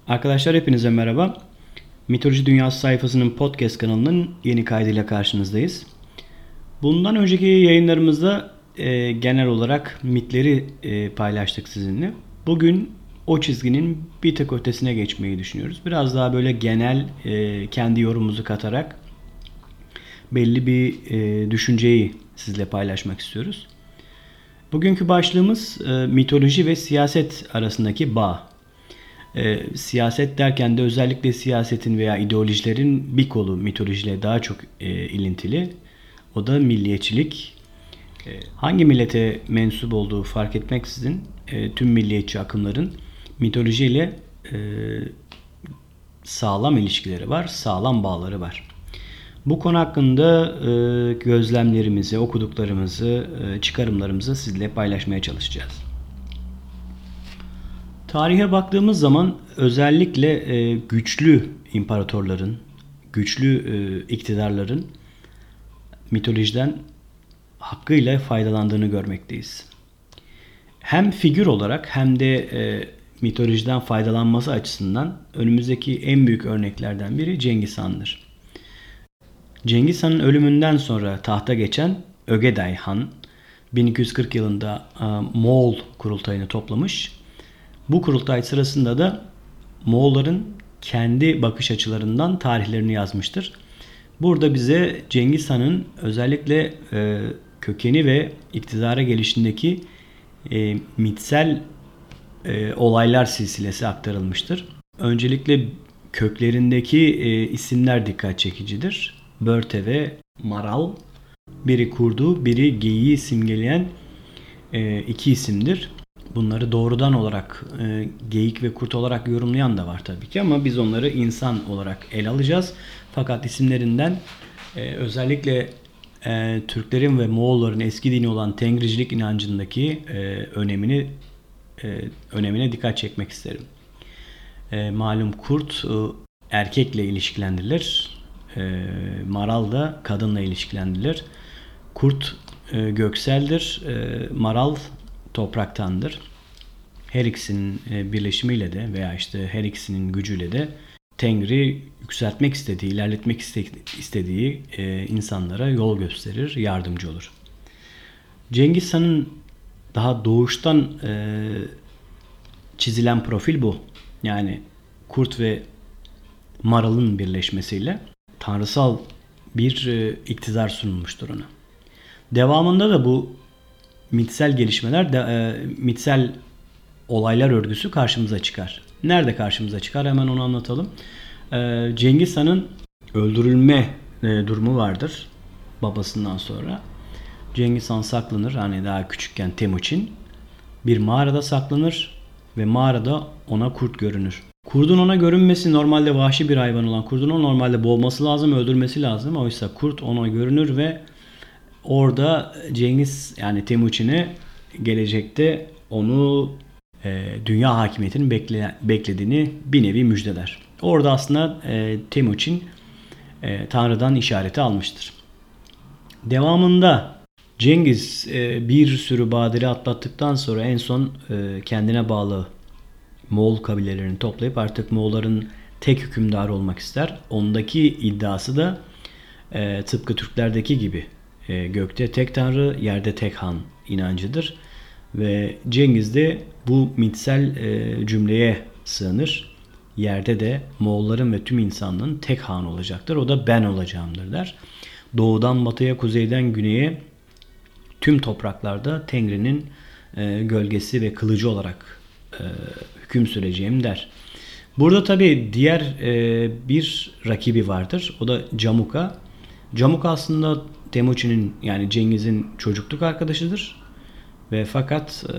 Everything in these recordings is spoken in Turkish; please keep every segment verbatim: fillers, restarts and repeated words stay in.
Arkadaşlar hepinize merhaba. Mitoloji Dünyası sayfasının podcast kanalının yeni kaydıyla karşınızdayız. Bundan önceki yayınlarımızda e, genel olarak mitleri e, paylaştık sizinle. Bugün o çizginin bir tık ötesine geçmeyi düşünüyoruz. Biraz daha böyle genel e, kendi yorumumuzu katarak belli bir e, düşünceyi sizle paylaşmak istiyoruz. Bugünkü başlığımız e, mitoloji ve siyaset arasındaki bağ. E, siyaset derken de özellikle siyasetin veya ideolojilerin bir kolu mitolojiyle daha çok e, ilintili. O da milliyetçilik. E, hangi millete mensup olduğu fark etmeksizin e, tüm milliyetçi akımların mitolojiyle e, sağlam ilişkileri var, sağlam bağları var. Bu konu hakkında e, gözlemlerimizi, okuduklarımızı, e, çıkarımlarımızı sizinle paylaşmaya çalışacağız. Tarihe baktığımız zaman özellikle e, güçlü imparatorların, güçlü e, iktidarların mitolojiden hakkıyla faydalandığını görmekteyiz. Hem figür olarak hem de e, mitolojiden faydalanması açısından önümüzdeki en büyük örneklerden biri Cengiz Han'dır. Cengiz Han'ın ölümünden sonra tahta geçen Ögedei Han bin iki yüz kırk yılında e, Moğol kurultayını toplamış. Bu kurultay sırasında da Moğolların kendi bakış açılarından tarihlerini yazmıştır. Burada bize Cengiz Han'ın özellikle e, kökeni ve iktidara gelişindeki e, mitsel e, olaylar silsilesi aktarılmıştır. Öncelikle köklerindeki e, isimler dikkat çekicidir. Börte ve Maral, biri kurdu, biri geyiği simgeleyen e, iki isimdir. Bunları doğrudan olarak e, geyik ve kurt olarak yorumlayan da var tabii ki ama biz onları insan olarak ele alacağız. Fakat isimlerinden e, özellikle e, Türklerin ve Moğolların eski dini olan Tengricilik inancındaki e, önemini e, önemine dikkat çekmek isterim. E, malum kurt e, erkekle ilişkilendirilir. E, maral da kadınla ilişkilendirilir. Kurt e, gökseldir. E, maral topraktandır. Her ikisinin birleşimiyle de veya işte her ikisinin gücüyle de Tengri yükseltmek istediği, ilerletmek istediği insanlara yol gösterir, yardımcı olur. Cengiz Han'ın daha doğuştan çizilen profil bu. Yani kurt ve maralın birleşmesiyle tanrısal bir iktidar sunulmuştur ona. Devamında da bu mitsel gelişmeler, de, e, mitsel olaylar örgüsü karşımıza çıkar. Nerede karşımıza çıkar? Hemen onu anlatalım. E, Cengiz Han'ın öldürülme e, durumu vardır babasından sonra. Cengiz Han saklanır. Hani daha küçükken Temuçin bir mağarada saklanır ve mağarada ona kurt görünür. Kurdun ona görünmesi normalde vahşi bir hayvan olan kurdun onu normalde boğması lazım, öldürmesi lazım. Oysa kurt ona görünür ve orada Cengiz yani Temuçin'e gelecekte onu e, dünya hakimiyetinin bekle, beklediğini bir nevi müjdeler. Orada aslında e, Temuçin e, Tanrı'dan işareti almıştır. Devamında Cengiz e, bir sürü badire atlattıktan sonra en son e, kendine bağlı Moğol kabilelerini toplayıp artık Moğolların tek hükümdarı olmak ister. Ondaki iddiası da e, tıpkı Türklerdeki gibi e, gökte tek tanrı, yerde tek han inancıdır. Ve Cengiz de bu mitsel e, cümleye sığınır. Yerde de Moğolların ve tüm insanlığın tek han olacaktır. O da ben olacağımdır der. Doğudan batıya, kuzeyden güneye tüm topraklarda Tengri'nin e, gölgesi ve kılıcı olarak e, hüküm süreceğim der. Burada tabi diğer e, bir rakibi vardır. O da Camuka. Camuka aslında Temuçin'in yani Cengiz'in çocukluk arkadaşıdır. Ve fakat e,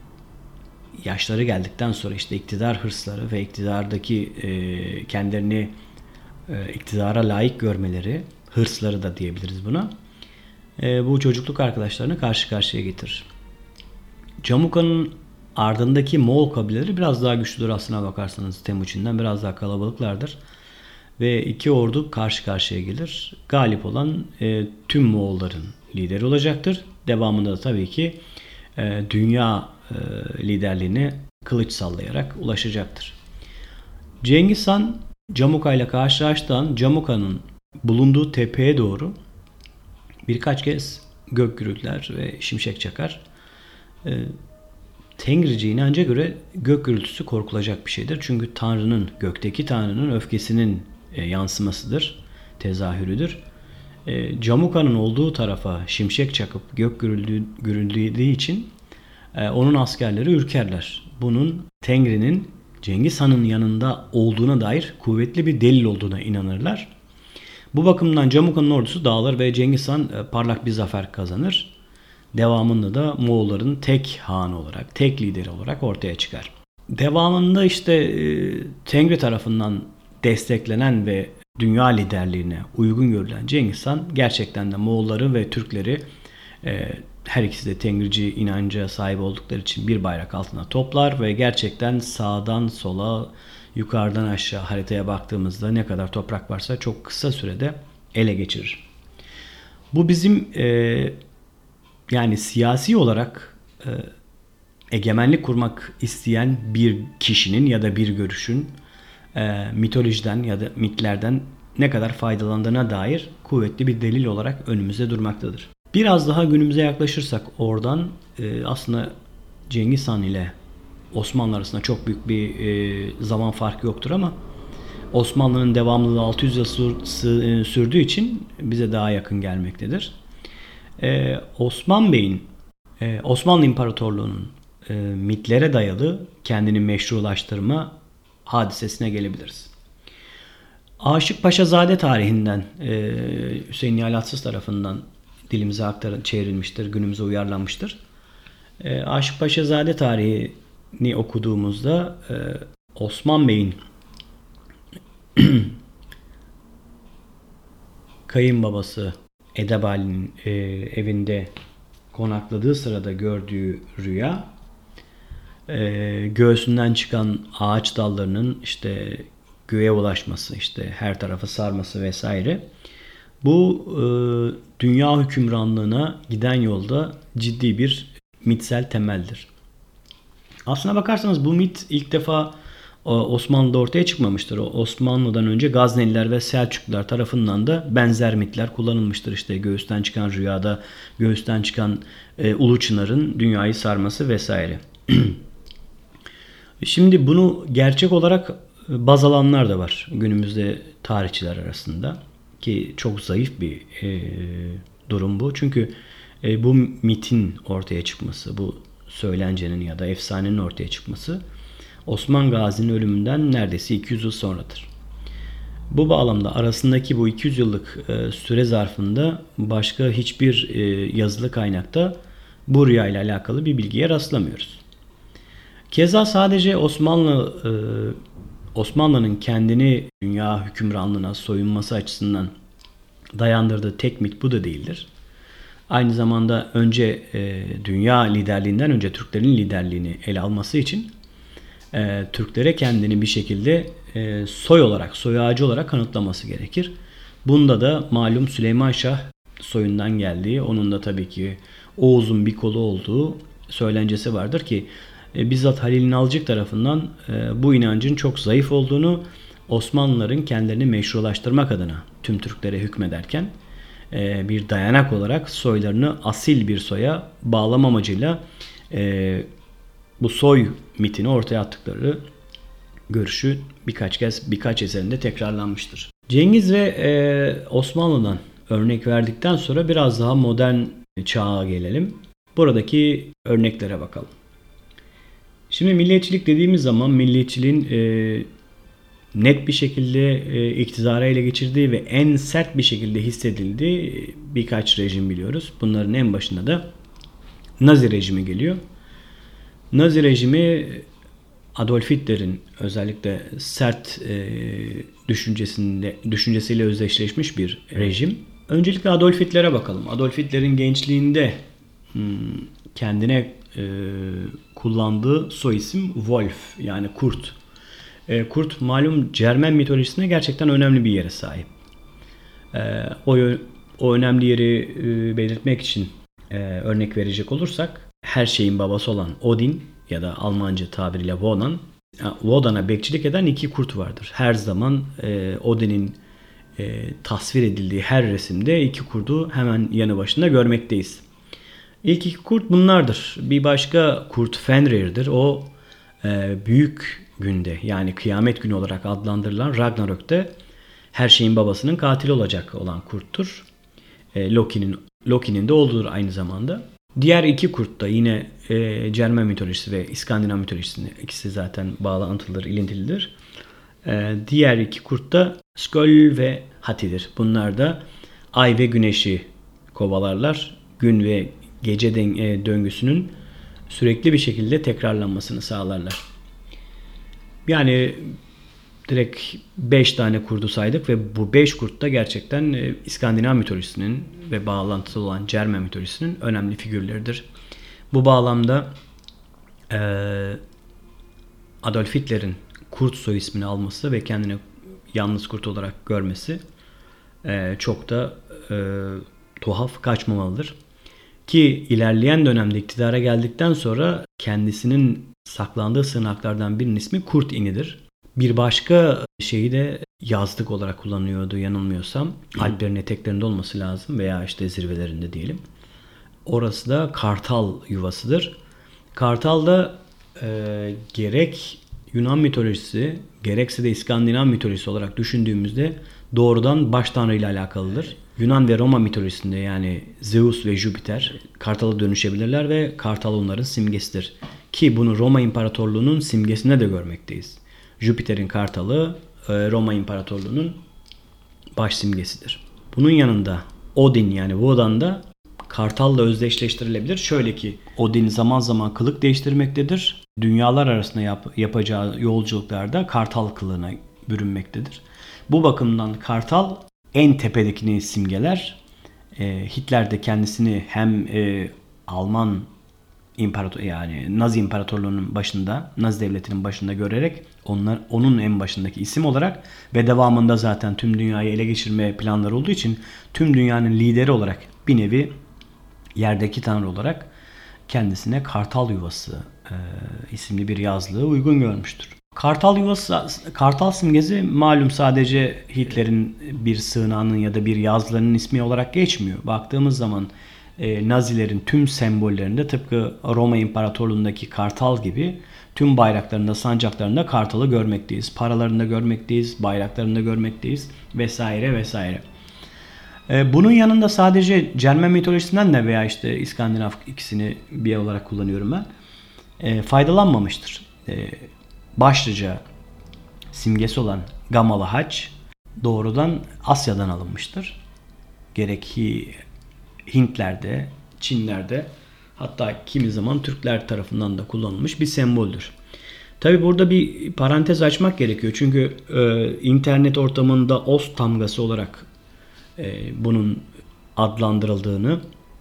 yaşları geldikten sonra işte iktidar hırsları ve iktidardaki e, kendilerini e, iktidara layık görmeleri, hırsları da diyebiliriz buna. E, bu çocukluk arkadaşlarını karşı karşıya getirir. Camuka'nın ardındaki Moğol kabileleri biraz daha güçlüdür aslına bakarsanız Temuçin'den biraz daha kalabalıklardır. Ve iki ordu karşı karşıya gelir. Galip olan e, tüm Moğolların lideri olacaktır. Devamında da tabii ki e, dünya e, liderliğine kılıç sallayarak ulaşacaktır. Cengiz Han Camuka ile karşılaştığı Camuka'nın bulunduğu tepeye doğru birkaç kez gök gürültüler ve şimşek çakar. E, Tengrici inanca göre gök gürültüsü korkulacak bir şeydir. Çünkü Tanrı'nın, gökteki Tanrı'nın öfkesinin e, yansımasıdır, tezahürüdür. E, Camuka'nın olduğu tarafa şimşek çakıp gök gürüldüğü, gürüldüğü için e, onun askerleri ürkerler. Bunun Tengri'nin Cengiz Han'ın yanında olduğuna dair kuvvetli bir delil olduğuna inanırlar. Bu bakımdan Camuka'nın ordusu dağılır ve Cengiz Han e, parlak bir zafer kazanır. Devamında da Moğolların tek han olarak, tek lideri olarak ortaya çıkar. Devamında işte e, Tengri tarafından desteklenen ve dünya liderliğine uygun görülen Cengiz Han gerçekten de Moğolları ve Türkleri e, her ikisi de Tengrici inanca sahip oldukları için bir bayrak altına toplar ve gerçekten sağdan sola, yukarıdan aşağı haritaya baktığımızda ne kadar toprak varsa çok kısa sürede ele geçirir. Bu bizim e, yani siyasi olarak e, egemenlik kurmak isteyen bir kişinin ya da bir görüşün e, mitolojiden ya da mitlerden ne kadar faydalandığına dair kuvvetli bir delil olarak önümüzde durmaktadır. Biraz daha günümüze yaklaşırsak oradan e, aslında Cengiz Han ile Osmanlı arasında çok büyük bir e, zaman farkı yoktur ama Osmanlı'nın devamlılığı altı yüz yıl sür, sürdüğü için bize daha yakın gelmektedir. Ee, Osman Bey'in, e, Osmanlı İmparatorluğu'nun e, mitlere dayalı kendini meşrulaştırma hadisesine gelebiliriz. Aşık Paşazade tarihinden e, Hüseyin Nihalaatsız tarafından dilimize aktarılmıştır, çevrilmiştir, günümüze uyarlanmıştır. E, Aşık Paşazade tarihini okuduğumuzda e, Osman Bey'in kayınbabası Edebali'nin e, evinde konakladığı sırada gördüğü rüya, e, göğsünden çıkan ağaç dallarının işte göğe ulaşması, işte her tarafı sarması vesaire. Bu e, dünya hükümranlığına giden yolda ciddi bir mitsel temeldir. Aslına bakarsanız bu mit ilk defa Osmanlı'da ortaya çıkmamıştır. Osmanlı'dan önce Gazneliler ve Selçuklular tarafından da benzer mitler kullanılmıştır. İşte göğüsten çıkan rüyada, göğüsten çıkan e, ulu çınarın dünyayı sarması vesaire. Şimdi bunu gerçek olarak baz alanlar da var günümüzde tarihçiler arasında. Ki çok zayıf bir e, durum bu. Çünkü e, bu mitin ortaya çıkması, bu söylencenin ya da efsanenin ortaya çıkması Osman Gazi'nin ölümünden neredeyse iki yüz yıl sonradır. Bu bağlamda arasındaki bu iki yüz yıllık e, süre zarfında başka hiçbir e, yazılı kaynakta bu rüya ile alakalı bir bilgiye rastlamıyoruz. Keza sadece Osmanlı e, Osmanlı'nın kendini dünya hükümranlığına soyunması açısından dayandırdığı tek mit bu da değildir. Aynı zamanda önce e, dünya liderliğinden önce Türklerin liderliğini ele alması için e, Türklere kendini bir şekilde e, soy olarak, soy ağacı olarak kanıtlaması gerekir. Bunda da malum Süleyman Şah soyundan geldiği, onun da tabii ki Oğuz'un bir kolu olduğu söylencesi vardır ki e, bizzat Halil Nalcık tarafından e, bu inancın çok zayıf olduğunu, Osmanlıların kendilerini meşrulaştırmak adına tüm Türklere hükmederken e, bir dayanak olarak soylarını asil bir soya bağlama amacıyla e, bu soy mitini ortaya attıkları görüşü birkaç kez birkaç eserinde tekrarlanmıştır. Cengiz ve e, Osmanlı'dan örnek verdikten sonra biraz daha modern çağa gelelim. Buradaki örneklere bakalım. Şimdi milliyetçilik dediğimiz zaman milliyetçiliğin e, net bir şekilde e, iktidarı ele geçirdiği ve en sert bir şekilde hissedildiği birkaç rejim biliyoruz. Bunların en başında da Nazi rejimi geliyor. Nazi rejimi Adolf Hitler'in özellikle sert e, düşüncesinde düşüncesiyle özdeşleşmiş bir rejim. Öncelikle Adolf Hitler'e bakalım. Adolf Hitler'in gençliğinde hmm, kendine e, kullandığı soy isim Wolf, yani kurt. E, kurt malum Cermen mitolojisinde gerçekten önemli bir yere sahip. E, o, o önemli yeri e, belirtmek için e, örnek verecek olursak her şeyin babası olan Odin ya da Almanca tabiriyle Wodan Wodan'a bekçilik eden iki kurt vardır. Her zaman e, Odin'in e, tasvir edildiği her resimde iki kurdu hemen yanı başında görmekteyiz. İlk iki kurt bunlardır. Bir başka kurt Fenrir'dir. O e, büyük günde, yani kıyamet günü olarak adlandırılan Ragnarök'te her şeyin babasının katili olacak olan kurttur. E, Loki'nin Loki'nin de olduğudur aynı zamanda. Diğer iki kurt da yine e, Cermen mitolojisi ve İskandinav mitolojisinin ikisi zaten bağlantılıdır, ilintilidir. E, diğer iki kurt da Sköll ve Hati'dir. Bunlar da ay ve güneşi kovalarlar. Gün ve gece döngüsünün sürekli bir şekilde tekrarlanmasını sağlarlar. Yani direkt beş tane kurdu saydık ve bu beş kurt da gerçekten İskandinav mitolojisinin ve bağlantılı olan Cermen mitolojisinin önemli figürleridir. Bu bağlamda e, Adolf Hitler'in kurt soy ismini alması ve kendini yalnız kurt olarak görmesi e, çok da e, tuhaf kaçmamalıdır. Ki ilerleyen dönemde iktidara geldikten sonra kendisinin saklandığı sığınaklardan birinin ismi Kurt İni'dir. Bir başka şeyi de yazlık olarak kullanıyordu yanılmıyorsam. Alplerin eteklerinde olması lazım veya işte zirvelerinde diyelim. Orası da Kartal yuvasıdır. Kartal da e, gerek Yunan mitolojisi gerekse de İskandinav mitolojisi olarak düşündüğümüzde doğrudan baş tanrı ile alakalıdır. Yunan ve Roma mitolojisinde yani Zeus ve Jüpiter kartala dönüşebilirler ve kartal onların simgesidir. Ki bunu Roma İmparatorluğu'nun simgesine de görmekteyiz. Jüpiter'in kartalı Roma İmparatorluğu'nun baş simgesidir. Bunun yanında Odin yani Wodan da kartalla özdeşleştirilebilir. Şöyle ki Odin zaman zaman kılık değiştirmektedir. Dünyalar arasında yap, yapacağı yolculuklarda kartal kılığına bürünmektedir. Bu bakımdan kartal en tepedekini simgeler. E, Hitler de kendisini hem e, Alman imparator yani Nazi İmparatorluğu'nun başında, Nazi devletinin başında görerek onlar onun en başındaki isim olarak ve devamında zaten tüm dünyayı ele geçirme planları olduğu için tüm dünyanın lideri olarak bir nevi yerdeki tanrı olarak kendisine Kartal Yuvası e, isimli bir yazlığı uygun görmüştür. Kartal yuvası, kartal simgesi malum sadece Hitler'in bir sığınağının ya da bir yazlığının ismi olarak geçmiyor. Baktığımız zaman e, Nazilerin tüm sembollerinde tıpkı Roma İmparatorluğu'ndaki kartal gibi tüm bayraklarında, sancaklarında kartalı görmekteyiz. Paralarında görmekteyiz, bayraklarında görmekteyiz vesaire vesaire. E, bunun yanında sadece Cermen mitolojisinden de veya işte İskandinav ikisini bir olarak kullanıyorum ben. E, faydalanmamıştır. E, Başlıca simgesi olan Gamalı haç doğrudan Asya'dan alınmıştır. Gerek Hintlerde, Çinlerde hatta kimi zaman Türkler tarafından da kullanılmış bir semboldür. Tabi burada bir parantez açmak gerekiyor. Çünkü e, internet ortamında Ost tamgası olarak e, bunun adlandırıldığını,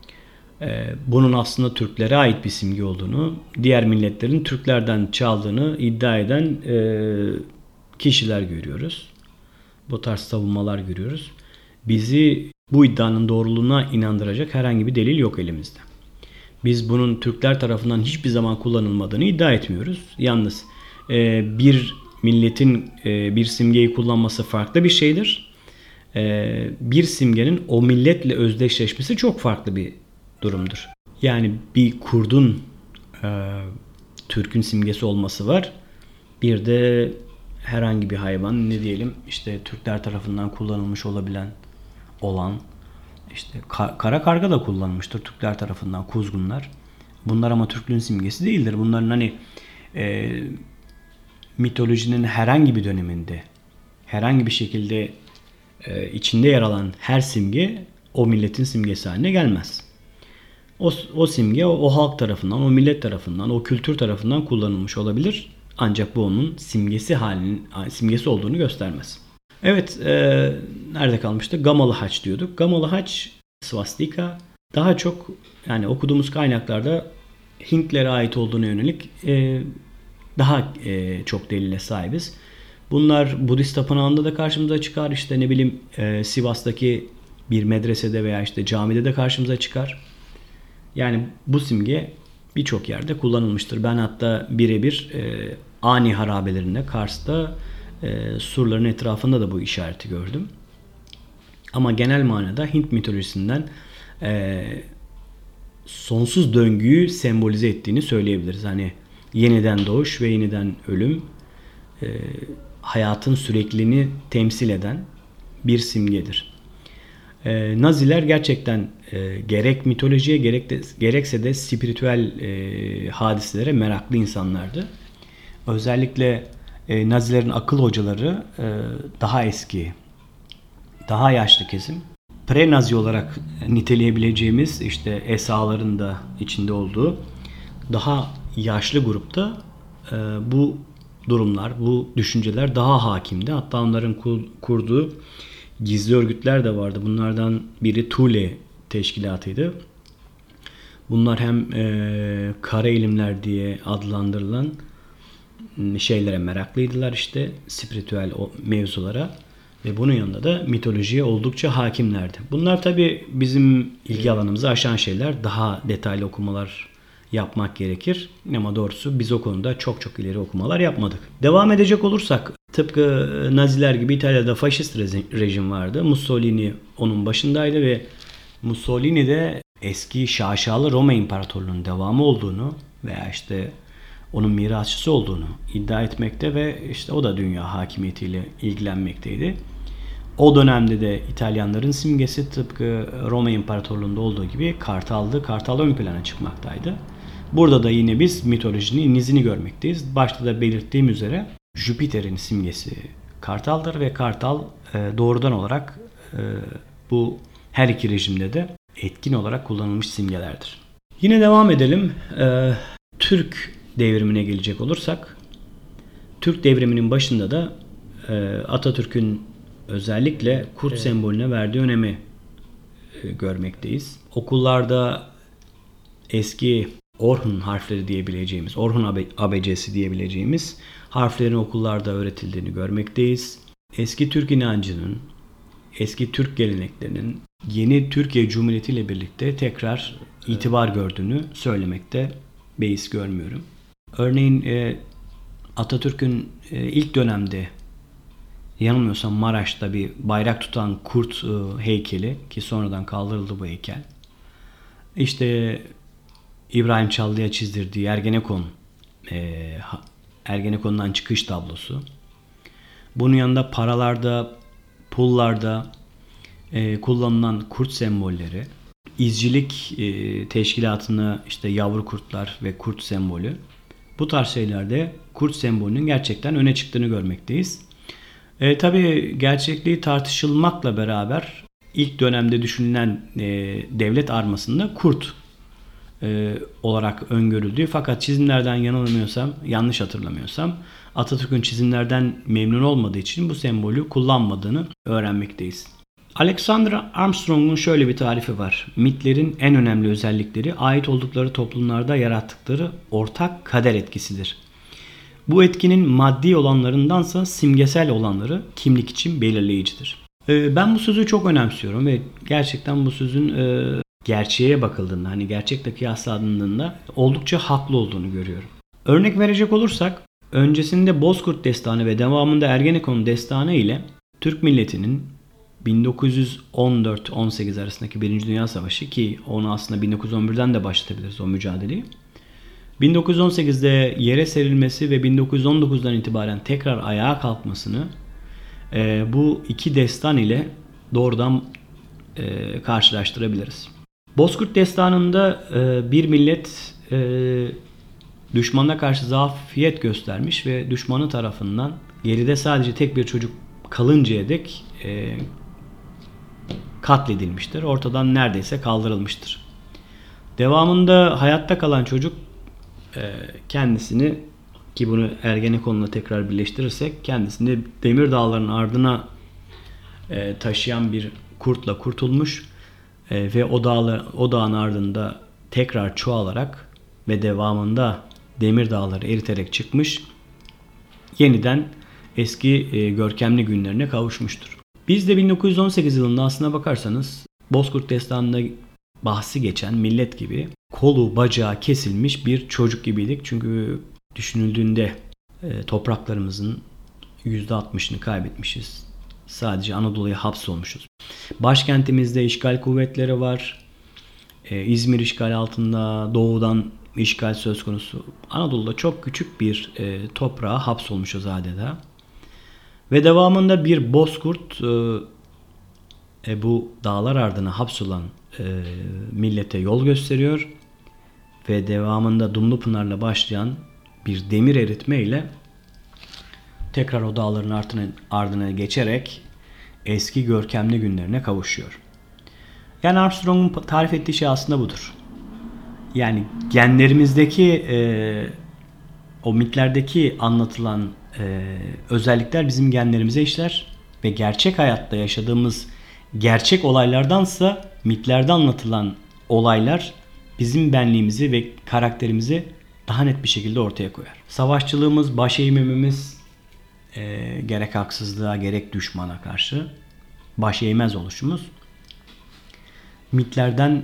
bunun aslında Türklere ait bir simge olduğunu, diğer milletlerin Türklerden çaldığını iddia eden kişiler görüyoruz. Bu tarz savunmalar görüyoruz. Bizi bu iddianın doğruluğuna inandıracak herhangi bir delil yok elimizde. Biz bunun Türkler tarafından hiçbir zaman kullanılmadığını iddia etmiyoruz. Yalnız bir milletin bir simgeyi kullanması farklı bir şeydir. Bir simgenin o milletle özdeşleşmesi çok farklı bir durumdur. Yani bir kurdun e, Türk'ün simgesi olması var. Bir de herhangi bir hayvan ne diyelim işte Türkler tarafından kullanılmış olabilen olan işte ka- kara karga da kullanılmıştır Türkler tarafından kuzgunlar. Bunlar ama Türklüğün simgesi değildir. Bunların hani e, mitolojinin herhangi bir döneminde herhangi bir şekilde e, içinde yer alan her simge o milletin simgesi haline gelmez. O, o simge o, o halk tarafından, o millet tarafından, o kültür tarafından kullanılmış olabilir. Ancak bu onun simgesi halinin simgesi olduğunu göstermez. Evet, e, nerede kalmıştık? Gamalı haç diyorduk. Gamalı haç, svastika daha çok yani okuduğumuz kaynaklarda Hintlere ait olduğuna yönelik e, daha e, çok delile sahibiz. Bunlar Budist tapınağında da karşımıza çıkar. İşte ne bileyim e, Sivas'taki bir medresede veya işte camide de karşımıza çıkar. Yani bu simge birçok yerde kullanılmıştır. Ben hatta birebir e, Ani harabelerinde Kars'ta e, surların etrafında da bu işareti gördüm. Ama genel manada Hint mitolojisinden e, sonsuz döngüyü sembolize ettiğini söyleyebiliriz. Hani yeniden doğuş ve yeniden ölüm, e, hayatın sürekliliğini temsil eden bir simgedir. E, Naziler gerçekten e, gerek mitolojiye gerek de, gerekse de spiritüel e, hadiselere meraklı insanlardı. Özellikle e, Nazilerin akıl hocaları e, daha eski, daha yaşlı kesim. Pre-Nazi olarak niteleyebileceğimiz işte S A'ların da içinde olduğu daha yaşlı grupta e, bu durumlar, bu düşünceler daha hakimdi. Hatta onların kurduğu gizli örgütler de vardı. Bunlardan biri Thule teşkilatıydı. Bunlar hem e, kara ilimler diye adlandırılan şeylere meraklıydılar, işte spiritüel mevzulara. Ve bunun yanında da mitolojiye oldukça hakimlerdi. Bunlar tabii bizim ilgi alanımızı aşan şeyler. Daha detaylı okumalar yapmak gerekir. Ama doğrusu biz o konuda çok çok ileri okumalar yapmadık. Devam edecek olursak, tıpkı Naziler gibi İtalya'da faşist rejim vardı. Mussolini onun başındaydı ve Mussolini de eski şaşalı Roma İmparatorluğu'nun devamı olduğunu veya işte onun mirasçısı olduğunu iddia etmekte ve işte o da dünya hakimiyetiyle ilgilenmekteydi. O dönemde de İtalyanların simgesi tıpkı Roma İmparatorluğu'nda olduğu gibi kartaldı. Kartal ön plana çıkmaktaydı. Burada da yine biz mitolojinin izini görmekteyiz. Başta da belirttiğim üzere Jüpiter'in simgesi kartaldır ve kartal doğrudan olarak bu her iki rejimde de etkin olarak kullanılmış simgelerdir. Yine devam edelim. Türk devrimine gelecek olursak, Türk devriminin başında da Atatürk'ün özellikle kurt evet. sembolüne verdiği önemi görmekteyiz. Okullarda eski Orhun harfleri diyebileceğimiz, Orhun abecesi diyebileceğimiz harflerin okullarda öğretildiğini görmekteyiz. Eski Türk inancının, eski Türk geleneklerinin yeni Türkiye Cumhuriyeti ile birlikte tekrar itibar gördüğünü söylemekte beis görmüyorum. Örneğin Atatürk'ün ilk dönemde yanılmıyorsam Maraş'ta bir bayrak tutan kurt heykeli, ki sonradan kaldırıldı bu heykel. İşte İbrahim Çallı'ya çizdirdiği Ergenekon, Ergenekon'dan çıkış tablosu. Bunun yanında paralarda, pullarda kullanılan kurt sembolleri, İzcilik teşkilatına işte yavru kurtlar ve kurt sembolü. Bu tarz şeylerde kurt sembolünün gerçekten öne çıktığını görmekteyiz. E, tabii gerçekliği tartışılmakla beraber ilk dönemde düşünülen e, devlet armasında kurt e, olarak öngörüldüğü, fakat çizimlerden yanılmıyorsam, yanlış hatırlamıyorsam Atatürk'ün çizimlerden memnun olmadığı için bu sembolü kullanmadığını öğrenmekteyiz. Alexander Armstrong'un şöyle bir tarifi var. Mitlerin en önemli özellikleri ait oldukları toplumlarda yarattıkları ortak kader etkisidir. Bu etkinin maddi olanlarındansa simgesel olanları kimlik için belirleyicidir. Ben bu sözü çok önemsiyorum ve gerçekten bu sözün gerçeğe bakıldığında, hani gerçekle kıyaslandığında oldukça haklı olduğunu görüyorum. Örnek verecek olursak, öncesinde Bozkurt Destanı ve devamında Ergenekon Destanı ile Türk milletinin bin dokuz yüz on dört on sekiz arasındaki Birinci Dünya Savaşı, ki onu aslında bin dokuz yüz on birden de başlatabiliriz o mücadeleyi, bin dokuz yüz on sekizde yere serilmesi ve bin dokuz yüz on dokuzdan itibaren tekrar ayağa kalkmasını e, bu iki destan ile doğrudan e, karşılaştırabiliriz. Bozkurt Destanı'nda e, bir millet e, düşmanına karşı zafiyet göstermiş ve düşmanı tarafından geride sadece tek bir çocuk kalıncaya dek e, katledilmiştir. Ortadan neredeyse kaldırılmıştır. Devamında hayatta kalan çocuk kendisini, ki bunu Ergenekon'la tekrar birleştirirsek, kendisini Demir Dağları'nın ardına taşıyan bir kurtla kurtulmuş ve o, dağla, o dağın ardında tekrar çoğalarak ve devamında Demir Dağları eriterek çıkmış, yeniden eski görkemli günlerine kavuşmuştur. Biz de bin dokuz yüz on sekiz yılında aslına bakarsanız Bozkurt Destanı'nda bahsi geçen millet gibi kolu bacağı kesilmiş bir çocuk gibiydik. Çünkü düşünüldüğünde E, topraklarımızın yüzde altmışını kaybetmişiz. Sadece Anadolu'ya hapsolmuşuz. Başkentimizde işgal kuvvetleri var. E, İzmir işgal altında, doğudan işgal söz konusu. Anadolu'da çok küçük bir e, toprağa hapsolmuşuz adeta. Ve devamında bir bozkurt e, e, bu dağlar ardına hapsolan e, millete yol gösteriyor. Ve devamında Dumlupınar'la başlayan bir demir eritme ile tekrar o dağların ardına, ardına geçerek eski görkemli günlerine kavuşuyor. Yani Armstrong'un tarif ettiği şey aslında budur. Yani genlerimizdeki e, o mitlerdeki anlatılan e, özellikler bizim genlerimize işler ve gerçek hayatta yaşadığımız gerçek olaylardansa mitlerde anlatılan olaylar bizim benliğimizi ve karakterimizi daha net bir şekilde ortaya koyar. Savaşçılığımız, baş eğmememiz, e, gerek haksızlığa gerek düşmana karşı baş eğmez oluşumuz mitlerden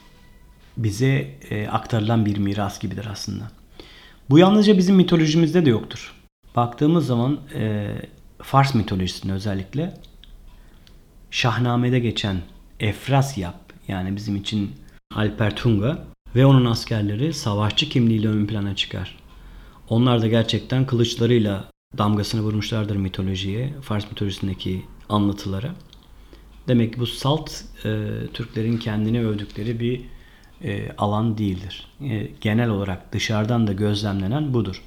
bize e, aktarılan bir miras gibidir aslında. Bu yalnızca bizim mitolojimizde de yoktur. Baktığımız zaman e, Fars mitolojisinde özellikle Şahname'de geçen Efrasyap, yani bizim için Alper Tunga ve onun askerleri savaşçı kimliğiyle ön plana çıkar. Onlar da gerçekten kılıçlarıyla damgasını vurmuşlardır mitolojiye, Fars mitolojisindeki anlatılara. Demek ki bu salt e, Türklerin kendini övdükleri bir e, alan değildir. E, genel olarak dışarıdan da gözlemlenen budur.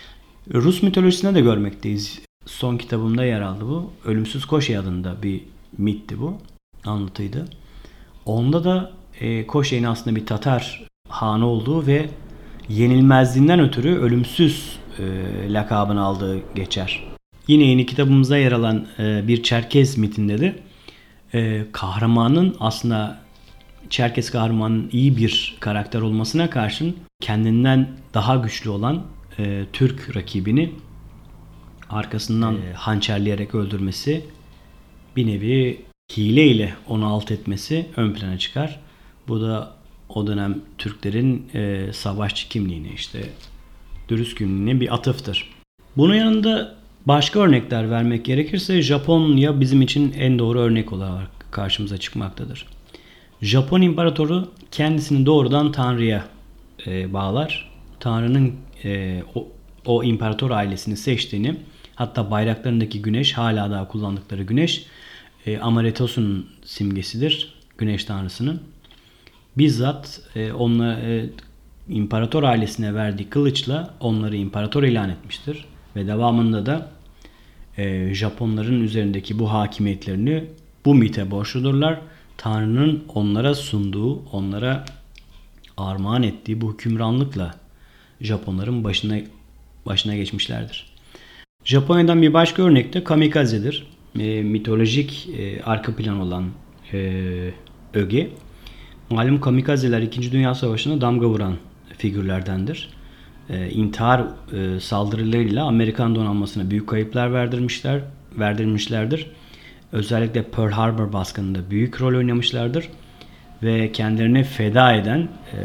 Rus mitolojisinde de görmekteyiz. Son kitabımda yer aldı bu. Ölümsüz Koşey adında bir mitti bu. Anlatıydı. Onda da e, Koşey'in aslında bir Tatar hanı olduğu ve yenilmezliğinden ötürü ölümsüz e, lakabını aldığı geçer. Yine yeni kitabımızda yer alan e, bir Çerkez mitinde de e, kahramanın aslında Çerkez kahramanın iyi bir karakter olmasına karşın kendinden daha güçlü olan e, Türk rakibini arkasından e, hançerleyerek öldürmesi, bir nevi hile ile onu alt etmesi ön plana çıkar. Bu da o dönem Türklerin e, savaşçı kimliğine, işte dürüst kimliğine bir atıftır. Bunun yanında başka örnekler vermek gerekirse Japonya bizim için en doğru örnek olarak karşımıza çıkmaktadır. Japon imparatoru kendisini doğrudan Tanrı'ya e, bağlar. Tanrı'nın e, o, o imparator ailesini seçtiğini, hatta bayraklarındaki güneş, hala daha kullandıkları güneş e, Amaretosun'un simgesidir. Güneş tanrısının. Bizzat e, onunla, e, imparator ailesine verdiği kılıçla onları imparator ilan etmiştir. Ve devamında da e, Japonların üzerindeki bu hakimiyetlerini bu mite borçludurlar. Tanrı'nın onlara sunduğu, onlara armağan ettiği bu hükümranlıkla Japonların başına başına geçmişlerdir. Japonya'dan bir başka örnek de kamikaze'dir. E, mitolojik e, arka plan olan e, öge. Malum kamikazeler İkinci Dünya Savaşı'na damga vuran figürlerdendir. E, intihar e, saldırılarıyla Amerikan donanmasına büyük kayıplar verdirmişler, verdirmişlerdir. Özellikle Pearl Harbor baskınında büyük rol oynamışlardır. Ve kendilerini feda eden e,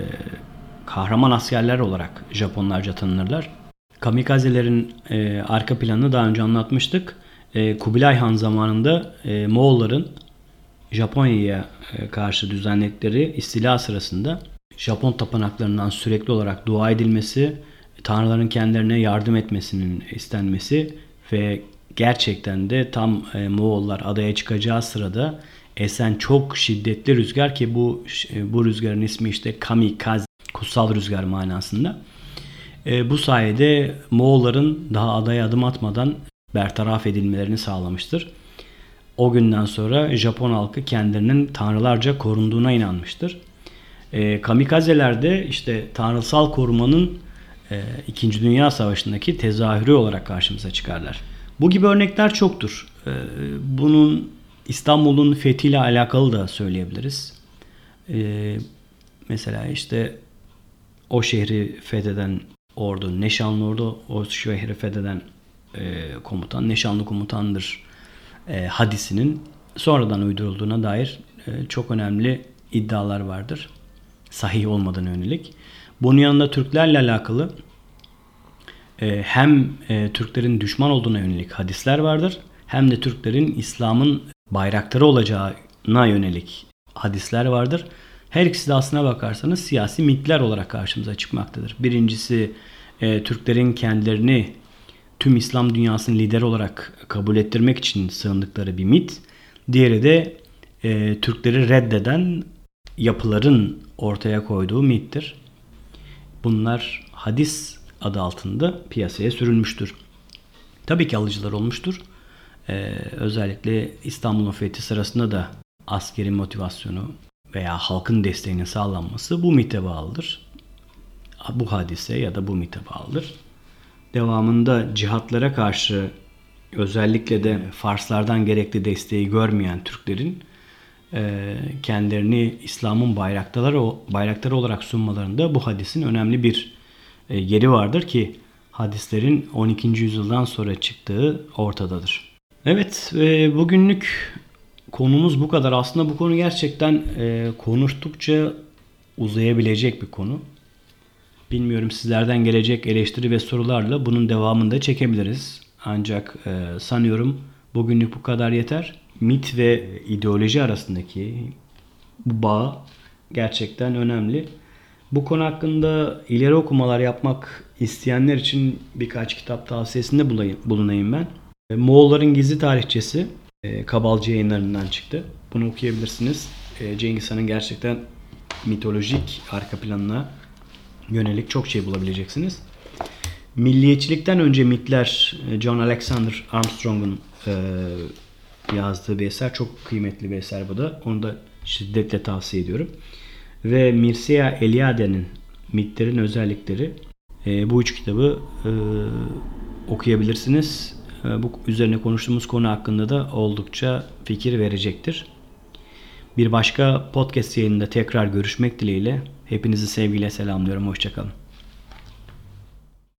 kahraman askerler olarak Japonlarca tanınırlar. Kamikazelerin e, arka planını daha önce anlatmıştık. E, Kubilay Han zamanında e, Moğolların Japonya'ya e, karşı düzenledikleri istila sırasında Japon tapınaklarından sürekli olarak dua edilmesi, tanrıların kendilerine yardım etmesinin istenmesi ve gerçekten de tam e, Moğollar adaya çıkacağı sırada esen çok şiddetli rüzgar, ki bu e, bu rüzgarın ismi işte kamikaze, kutsal rüzgar manasında. E, bu sayede Moğolların daha adaya adım atmadan bertaraf edilmelerini sağlamıştır. O günden sonra Japon halkı kendilerinin tanrılarca korunduğuna inanmıştır. E, kamikazeler de işte tanrısal korumanın e, İkinci Dünya Savaşı'ndaki tezahürü olarak karşımıza çıkarlar. Bu gibi örnekler çoktur. E, bunun İstanbul'un fethiyle alakalı da söyleyebiliriz. E, mesela işte o şehri fetheden ordu, Neşanlı ordu, o şehri fetheden e, komutan, Neşanlı komutandır e, hadisinin sonradan uydurulduğuna dair e, çok önemli iddialar vardır. Sahih olmadığına yönelik. Bunun yanında Türklerle alakalı e, hem e, Türklerin düşman olduğuna yönelik hadisler vardır, hem de Türklerin İslam'ın bayraktarı olacağına yönelik hadisler vardır. Her ikisi de aslına bakarsanız siyasi mitler olarak karşımıza çıkmaktadır. Birincisi e, Türklerin kendilerini tüm İslam dünyasının lideri olarak kabul ettirmek için sığındıkları bir mit. Diğeri de e, Türkleri reddeden yapıların ortaya koyduğu mittir. Bunlar hadis adı altında piyasaya sürülmüştür. Tabii ki alıcılar olmuştur. Ee, özellikle İstanbul'un fethi sırasında da askeri motivasyonu veya halkın desteğinin sağlanması bu mite bağlıdır. Bu hadise ya da bu mite bağlıdır. Devamında cihatlara karşı özellikle de Farslardan gerekli desteği görmeyen Türklerin e, kendilerini İslam'ın bayraktarları, bayraktarı olarak sunmalarında bu hadisin önemli bir e, yeri vardır ki hadislerin on ikinci yüzyıldan sonra çıktığı ortadadır. Evet, e, bugünlük konumuz bu kadar. Aslında bu konu gerçekten e, konuştukça uzayabilecek bir konu. Bilmiyorum, sizlerden gelecek eleştiri ve sorularla bunun devamını da çekebiliriz. Ancak e, sanıyorum bugünlük bu kadar yeter. Mit ve ideoloji arasındaki bu bağ gerçekten önemli. Bu konu hakkında ileri okumalar yapmak isteyenler için birkaç kitap tavsiyesinde bulunayım ben. Moğolların Gizli Tarihçesi Kabalcı Yayınları'ndan çıktı. Bunu okuyabilirsiniz. Cengiz Han'ın gerçekten mitolojik arka planına yönelik çok şey bulabileceksiniz. Milliyetçilikten önce mitler, John Alexander Armstrong'un yazdığı bir eser. Çok kıymetli bir eser bu da. Onu da şiddetle tavsiye ediyorum. Ve Mircea Eliade'nin Mitlerin Özellikleri. Bu üç kitabı okuyabilirsiniz. Bu üzerine konuştuğumuz konu hakkında da oldukça fikir verecektir. Bir başka podcast yayınında tekrar görüşmek dileğiyle. Hepinizi sevgiyle selamlıyorum. Hoşça kalın.